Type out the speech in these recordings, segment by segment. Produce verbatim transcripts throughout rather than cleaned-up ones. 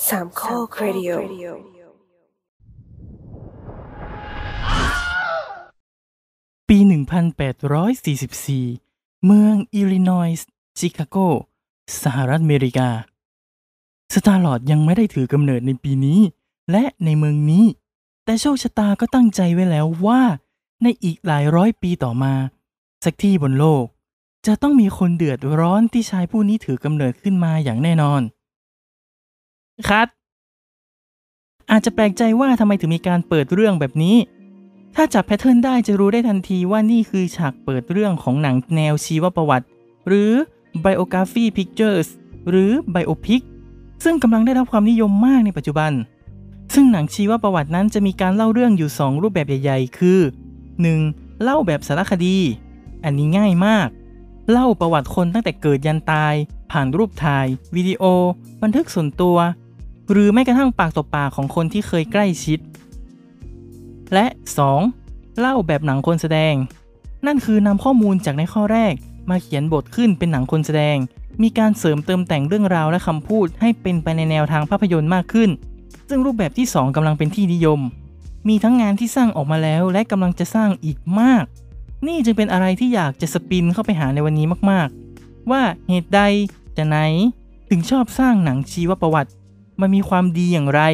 สามข้อครดิโอปีหนึ่งพันแปดร้อยสี่สิบสี่เมืองอิลลินอยส์ชิคาโกสหรัฐอเมริกาสตาร์ลอร์ดยังไม่ได้ถือกำเนิดในปีนี้และในเมืองนี้แต่โชคชะตาก็ตั้งใจไว้แล้วว่าในอีกหลายร้อยปีต่อมาสักที่บนโลกจะต้องมีคนเดือดร้อนที่ชายผู้นี้ถือกำเนิดขึ้นมาอย่างแน่นอนคัดอาจจะแปลกใจว่าทำไมถึงมีการเปิดเรื่องแบบนี้ถ้าจับแพทเทิร์นได้จะรู้ได้ทันทีว่านี่คือฉากเปิดเรื่องของหนังแนวชีวประวัติหรือ Biography Pictures หรือ Biopic ซึ่งกำลังได้รับความนิยมมากในปัจจุบันซึ่งหนังชีวประวัตินั้นจะมีการเล่าเรื่องอยู่สองรูปแบบใหญ่ๆคือ หนึ่ง เล่าแบบสารคดีอันนี้ง่ายมากเล่าประวัติคนตั้งแต่เกิดยันตายผ่านรูปถ่ายวิดีโอบันทึกส่วนตัวหรือแม้กระทั่งปากต่อปากของคนที่เคยใกล้ชิดและ สอง เล่าแบบหนังคนแสดงนั่นคือนำข้อมูลจากในข้อแรกมาเขียนบทขึ้นเป็นหนังคนแสดงมีการเสริมเติมแต่งเรื่องราวและคำพูดให้เป็นไปในแนวทางภาพยนตร์มากขึ้นซึ่งรูปแบบที่สองกำลังเป็นที่นิยมมีทั้งงานที่สร้างออกมาแล้วและกำลังจะสร้างอีกมากนี่จึงเป็นอะไรที่อยากจะสปินเข้าไปหาในวันนี้มากๆว่าเหตุใดจะไหนถึงชอบสร้างหนังชีวประวัติมันมีความดีอย่างไร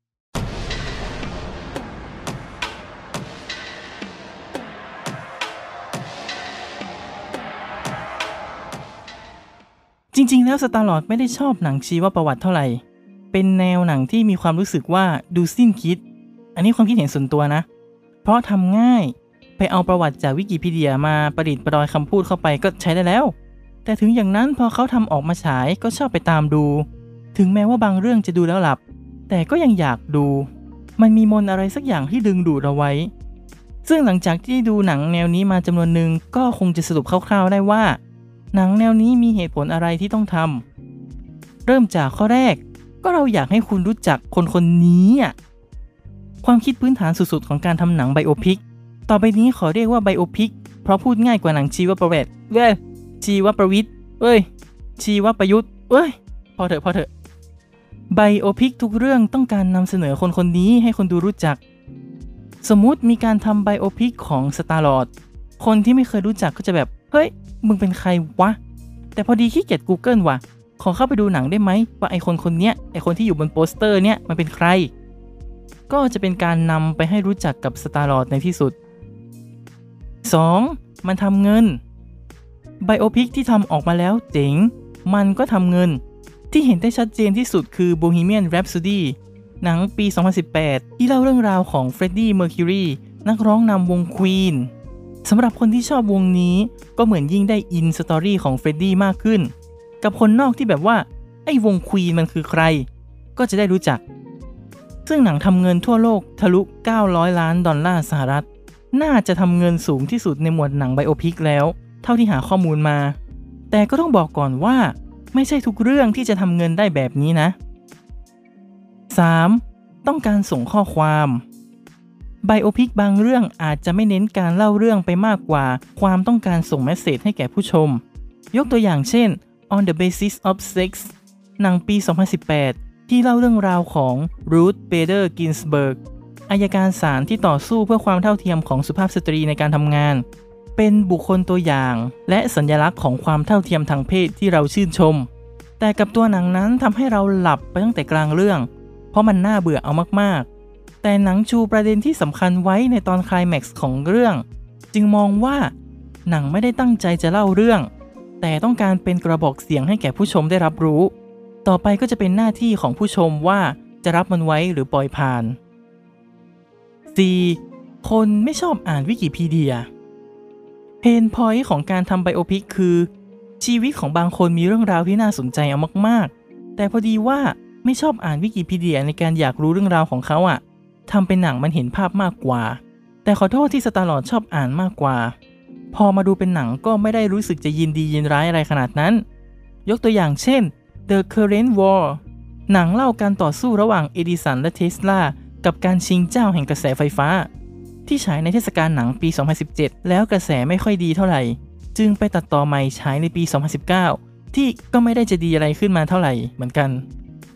จริงๆแล้วสตาร์ลอร์ดไม่ได้ชอบหนังชีวประวัติเท่าไหร่เป็นแนวหนังที่มีความรู้สึกว่าดูสิ้นคิดอันนี้ความคิดเห็นส่วนตัวนะเพราะทำง่ายไปเอาประวัติจากวิกิพีเดียมาประดิษฐ์ประดอยคำพูดเข้าไปก็ใช้ได้แล้วแต่ถึงอย่างนั้นพอเขาทำออกมาฉายก็ชอบไปตามดูถึงแม้ว่าบางเรื่องจะดูแล้วหลับแต่ก็ยังอยากดูมันมีมนต์อะไรสักอย่างที่ดึงดูดเราไว้ซึ่งหลังจากที่ดูหนังแนวนี้มาจำนวนหนึ่งก็คงจะสรุปคร่าวๆได้ว่าหนังแนวนี้มีเหตุผลอะไรที่ต้องทำเริ่มจากข้อแรกก็เราอยากให้คุณรู้จักคนคนนี้อ่ะความคิดพื้นฐานสุดๆของการทำหนังไบโอพิกต่อไปนี้ขอเรียกว่าไบโอพิกเพราะพูดง่ายกว่าหนังชีวประวัติเว้ยชีวประวิทย์เว้ยชีวประยุทธ์เว้ยพอเถอะพอเถอะไบโอพิกทุกเรื่องต้องการนำเสนอคนคนนี้ให้คนดูรู้จักสมมุติมีการทำไบโอพิกของสตาร์ลอร์ดคนที่ไม่เคยรู้จักก็จะแบบเฮ้ยมึงเป็นใครวะแต่พอดีขี้เกียจ Google ว่ะขอเข้าไปดูหนังได้ไหมว่าไอคนคนเนี้ยไอคนที่อยู่บนโปสเตอร์เนี้ยมันเป็นใครก็จะเป็นการนำไปให้รู้จักกับสตาร์ลอร์ดในที่สุด สอง มันทำเงินไบโอพิกที่ทำออกมาแล้วเจ๋งมันก็ทำเงินที่เห็นได้ชัดเจนที่สุดคือ Bohemian Rhapsody หนังปี สองพันสิบแปด ที่เล่าเรื่องราวของ Freddie Mercury นักร้องนำวง Queen สำหรับคนที่ชอบวงนี้ก็เหมือนยิ่งได้อินสตอรี่ของ Freddie มากขึ้นกับคนนอกที่แบบว่าไอ้วง Queen มันคือใครก็จะได้รู้จักซึ่งหนังทำเงินทั่วโลกทะลุเก้าร้อยล้านดอลลาร์สหรัฐน่าจะทำเงินสูงที่สุดในหมวดหนังไบโอพิกแล้วเท่าที่หาข้อมูลมาแต่ก็ต้องบอกก่อนว่าไม่ใช่ทุกเรื่องที่จะทำเงินได้แบบนี้นะ สาม ต้องการส่งข้อความไบโอพิกบางเรื่องอาจจะไม่เน้นการเล่าเรื่องไปมากกว่าความต้องการส่งเมสเสจให้แก่ผู้ชมยกตัวอย่างเช่น On the Basis of Sex หนังปี สองพันสิบแปด ที่เล่าเรื่องราวของ Ruth Bader Ginsburg อัยการศาลที่ต่อสู้เพื่อความเท่าเทียมของสุภาพสตรีในการทำงานเป็นบุคคลตัวอย่างและสัญลักษณ์ของความเท่าเทียมทางเพศที่เราชื่นชมแต่กับตัวหนังนั้นทำให้เราหลับไปตั้งแต่กลางเรื่องเพราะมันน่าเบื่อเอามากๆแต่หนังชูประเด็นที่สำคัญไว้ในตอนไคลแม็กซ์ของเรื่องจึงมองว่าหนังไม่ได้ตั้งใจจะเล่าเรื่องแต่ต้องการเป็นกระบอกเสียงให้แก่ผู้ชมได้รับรู้ต่อไปก็จะเป็นหน้าที่ของผู้ชมว่าจะรับมันไว้หรือปล่อยผ่าน สี่ คนไม่ชอบอ่านวิกิพีเดียเพนพอยต์ของการทำไบโอพิกคือชีวิตของบางคนมีเรื่องราวที่น่าสนใจเอามากๆแต่พอดีว่าไม่ชอบอ่านวิกิพีเดียในการอยากรู้เรื่องราวของเขาอะทำเป็นหนังมันเห็นภาพมากกว่าแต่ขอโทษที่สตาร์ลอร์ดชอบอ่านมากกว่าพอมาดูเป็นหนังก็ไม่ได้รู้สึกจะยินดียินร้ายอะไรขนาดนั้นยกตัวอย่างเช่น The Current War หนังเล่าการต่อสู้ระหว่างเอดิสันและเทสลากับการชิงเจ้าแห่งกระแสไฟฟ้าที่ฉายในเทศกาลหนังปี สองพันสิบเจ็ด แล้วกระแสไม่ค่อยดีเท่าไหร่จึงไปตัดต่อใหม่ฉายในปี สองพันสิบเก้า ที่ก็ไม่ได้จะดีอะไรขึ้นมาเท่าไหร่เหมือนกัน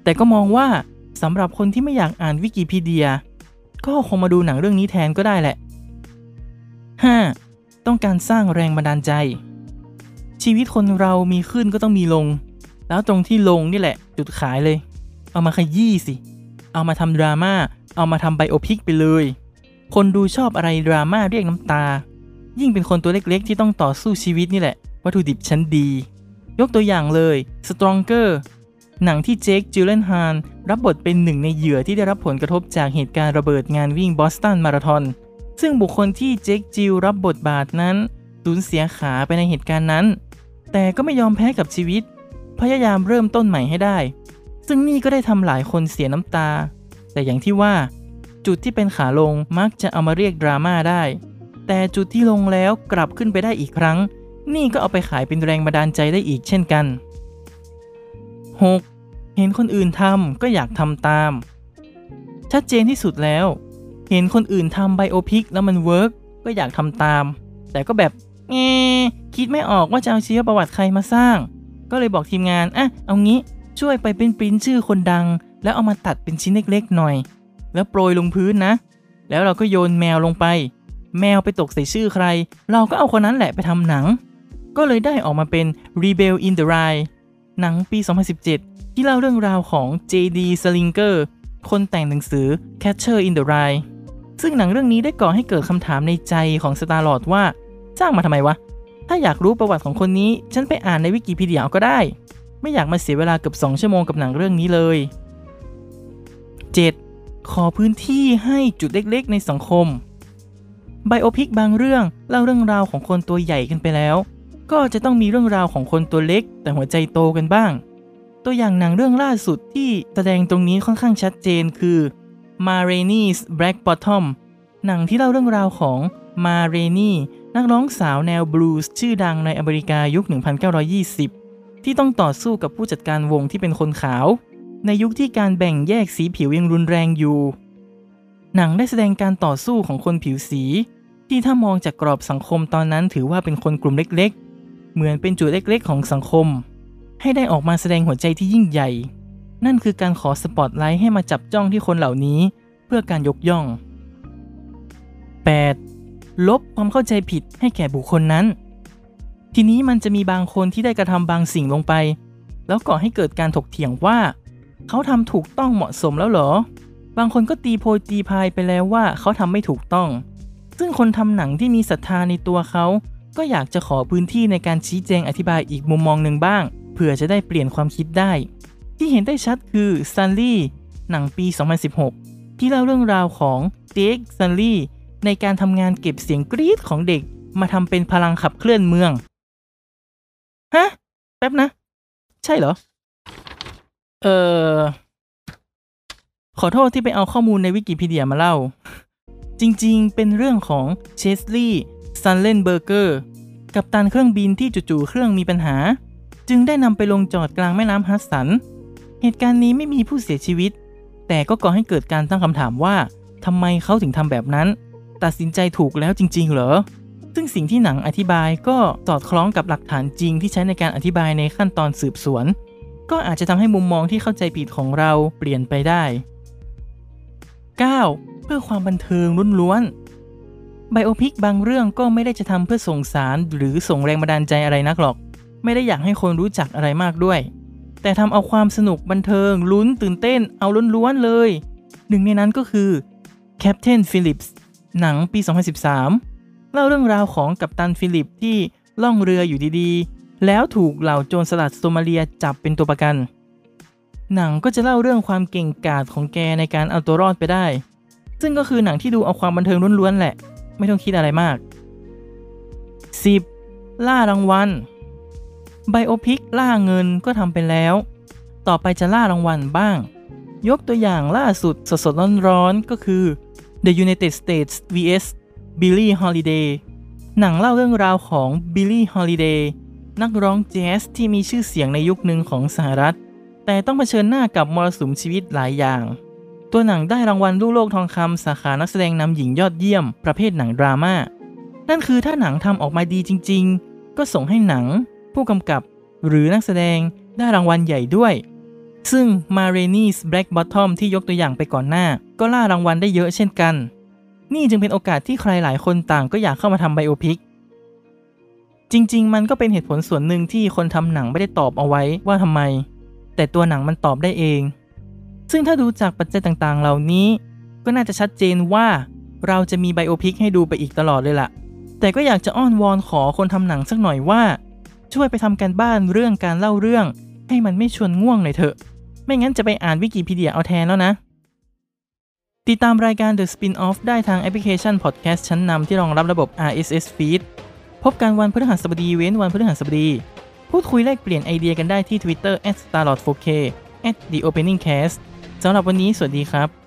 แต่ก็มองว่าสำหรับคนที่ไม่อยากอ่านวิกิพีเดียก็คงมาดูหนังเรื่องนี้แทนก็ได้แหละ ห้า. ต้องการสร้างแรงบันดาลใจชีวิตคนเรามีขึ้นก็ต้องมีลงแล้วตรงที่ลงนี่แหละจุดขายเลยเอามาขยี้สิเอามาทำดราม่าเอามาทำไบโอพิกไปเลยคนดูชอบอะไรดราม่าเรียกน้ำตายิ่งเป็นคนตัวเล็กๆที่ต้องต่อสู้ชีวิตนี่แหละวัตถุดิบชั้นดียกตัวอย่างเลย Stronger หนังที่เจค จิลเลนฮาลรับบทเป็นหนึ่งในเหยื่อที่ได้รับผลกระทบจากเหตุการณ์ระเบิดงานวิ่งบอสตันมาราธอนซึ่งบุคคลที่เจค จิลรับบทบาทนั้นสูญเสียขาไปในเหตุการณ์นั้นแต่ก็ไม่ยอมแพ้กับชีวิตพยายามเริ่มต้นใหม่ให้ได้ซึ่งนี่ก็ได้ทำหลายคนเสียน้ำตาแต่อย่างที่ว่าจุดที่เป็นขาลงมักจะเอามาเรียกดราม่าได้แต่จุดที่ลงแล้วกลับขึ้นไปได้อีกครั้งนี่ก็เอาไปขายเป็นแรงบันดาลใจได้อีกเช่นกัน หก. เห็นคนอื่นทำก็อยากทำตามชัดเจนที่สุดแล้วเห็นคนอื่นทำไบโอพิกแล้วมันเวิร์กก็อยากทำตามแต่ก็แบบเอ๊ะคิดไม่ออกว่าจะเอาชีวประวัติใครมาสร้างก็เลยบอกทีมงานอ่ะเอางี้ช่วยไปเป็นปริ้นชื่อคนดังแล้วเอามาตัดเป็นชิ้นเล็กๆหน่อยแล้วโปรยลงพื้นนะแล้วเราก็โยนแมวลงไปแมวไปตกใส่ชื่อใครเราก็เอาคนนั้นแหละไปทำหนังก็เลยได้ออกมาเป็น Rebel in the Rye หนังปี สองพันสิบเจ็ด ที่เล่าเรื่องราวของ เจ ดี Salinger คนแต่งหนังสือ Catcher in the Rye ซึ่งหนังเรื่องนี้ได้ก่อให้เกิดคำถามในใจของ Star-Lord ว่าสร้างมาทำไมวะถ้าอยากรู้ประวัติของคนนี้ฉันไปอ่านในวิกิพีเดียเอาก็ได้ไม่อยากมาเสียเวลาเกือบสองชั่วโมงกับหนังเรื่องนี้เลย เจ็ด. ขอพื้นที่ให้จุดเล็กๆในสังคมไบโอพิกบางเรื่องเล่าเรื่องราวของคนตัวใหญ่กันไปแล้วก็จะต้องมีเรื่องราวของคนตัวเล็กแต่หัวใจโตกันบ้างตัวอย่างหนังเรื่องล่าสุดที่แสดงตรงนี้ค่อนข้างชัดเจนคือ Ma Rainey's Black Bottom หนังที่เล่าเรื่องราวของ Ma Rainey นักร้องสาวแนวบลูส์ชื่อดังในอเมริกายุค หนึ่งพันเก้าร้อยยี่สิบ ที่ต้องต่อสู้กับผู้จัดการวงที่เป็นคนขาวในยุคที่การแบ่งแยกสีผิวยังรุนแรงอยู่หนังได้แสดงการต่อสู้ของคนผิวสีที่ถ้ามองจากกรอบสังคมตอนนั้นถือว่าเป็นคนกลุ่มเล็กๆเหมือนเป็นจุดเล็กๆของสังคมให้ได้ออกมาแสดงหัวใจที่ยิ่งใหญ่นั่นคือการขอสปอตไลท์ให้มาจับจ้องที่คนเหล่านี้เพื่อการยกย่อง แปด. ลบความเข้าใจผิดให้แก่บุคคลนั้นทีนี้มันจะมีบางคนที่ได้กระทำบางสิ่งลงไปแล้วก่อให้เกิดการถกเถียงว่าเขาทำถูกต้องเหมาะสมแล้วเหรอบางคนก็ตีโพยตีพายไปแล้วว่าเขาทำไม่ถูกต้องซึ่งคนทำหนังที่มีศรัทธาในตัวเขาก็อยากจะขอพื้นที่ในการชี้แจงอธิบายอีกมุมมองหนึ่งบ้างเผื่อจะได้เปลี่ยนความคิดได้ที่เห็นได้ชัดคือ Sully หนังปี สองพันสิบหก ที่เล่าเรื่องราวของเจค Sully ในการทำงานเก็บเสียงกรี๊ดของเด็กมาทำเป็นพลังขับเคลื่อนเมืองฮะแป๊บนะใช่เหรอเออขอโทษที่ไปเอาข้อมูลในวิกิพีเดียมาเล่าจริงๆเป็นเรื่องของเชสลีย์ ซันเลนเบอร์เกอร์กัปตันเครื่องบินที่จู่ๆเครื่องมีปัญหาจึงได้นำไปลงจอดกลางแม่น้ำฮัดสันเหตุการณ์นี้ไม่มีผู้เสียชีวิตแต่ก็ก่อให้เกิดการตั้งคำถามว่าทำไมเขาถึงทำแบบนั้นตัดสินใจถูกแล้วจริงๆเหรอซึ่งสิ่งที่หนังอธิบายก็สอดคล้องกับหลักฐานจริงที่ใช้ในการอธิบายในขั้นตอนสืบสวนก็อาจจะทำให้มุมมองที่เข้าใจผิดของเราเปลี่ยนไปได้ เก้า. เพื่อความบันเทิงล้วนๆไบโอพิกบางเรื่องก็ไม่ได้จะทำเพื่อส่งสารหรือส่งแรงบันดาลใจอะไรนักหรอกไม่ได้อยากให้คนรู้จักอะไรมากด้วยแต่ทำเอาความสนุกบันเทิงลุ้นตื่นเต้นเอาล้วนๆเลยหนึ่งในนั้นก็คือ Captain Phillips หนังปี สองพันสิบสาม เล่าเรื่องราวของกัปตันฟิลิปที่ล่องเรืออยู่ดีๆแล้วถูกเหล่าโจรสลัดโซมาเลียจับเป็นตัวประกันหนังก็จะเล่าเรื่องความเก่งกาจของแกในการเอาตัวรอดไปได้ซึ่งก็คือหนังที่ดูเอาความบันเทิงล้วนๆแหละไม่ต้องคิดอะไรมาก สิบ. ล่ารางวัลไบโอพิกล่าเงินก็ทำไปแล้วต่อไปจะล่ารางวัลบ้างยกตัวอย่างล่าสุดสดๆร้อนๆก็คือ The United States วี เอส Billie Holiday หนังเล่าเรื่องราวของ Billie Holiday นักร้องแจ๊สที่มีชื่อเสียงในยุคหนึ่งของสหรัฐแต่ต้องเผชิญหน้ากับมรสุมชีวิตหลายอย่างตัวหนังได้รางวัลลูกโลกทองคำสาขานักแสดงนำหญิงยอดเยี่ยมประเภทหนังดราม่านั่นคือถ้าหนังทำออกมาดีจริงๆก็ส่งให้หนังผู้กำกับหรือนักแสดงได้รางวัลใหญ่ด้วยซึ่ง Marini's Black Bottom ที่ยกตัวอย่างไปก่อนหน้าก็ล่ารางวัลได้เยอะเช่นกันนี่จึงเป็นโอกาสที่ใครหลายคนต่างก็อยากเข้ามาทำไบโอพิกจริงๆมันก็เป็นเหตุผลส่วนหนึ่งที่คนทำหนังไม่ได้ตอบเอาไว้ว่าทำไมแต่ตัวหนังมันตอบได้เองซึ่งถ้าดูจากปัจจัยต่างๆเหล่านี้ก็น่าจะชัดเจนว่าเราจะมีไบโอพิกให้ดูไปอีกตลอดเลยล่ะแต่ก็อยากจะอ้อนวอนขอคนทำหนังสักหน่อยว่าช่วยไปทำการบ้านเรื่องการเล่าเรื่องให้มันไม่ชวนง่วงหน่อยเถอะไม่งั้นจะไปอ่านวิกิพีเดียเอาแทนแล้วนะติดตามรายการ The Spin-off ได้ทางแอปพลิเคชัน Podcast ชั้นนำที่รองรับระบบ อาร์ เอส เอส Feed พบกันวันพฤหัสบดีเว้นวันพฤหัสบดีพูดคุยแลกเปลี่ยนไอเดียกันได้ที่ Twitter แอท สตาร์ลอร์ด โฟร์ เค แอท เดอะ โอเพนนิ่งแคสต์ สำหรับวันนี้สวัสดีครับ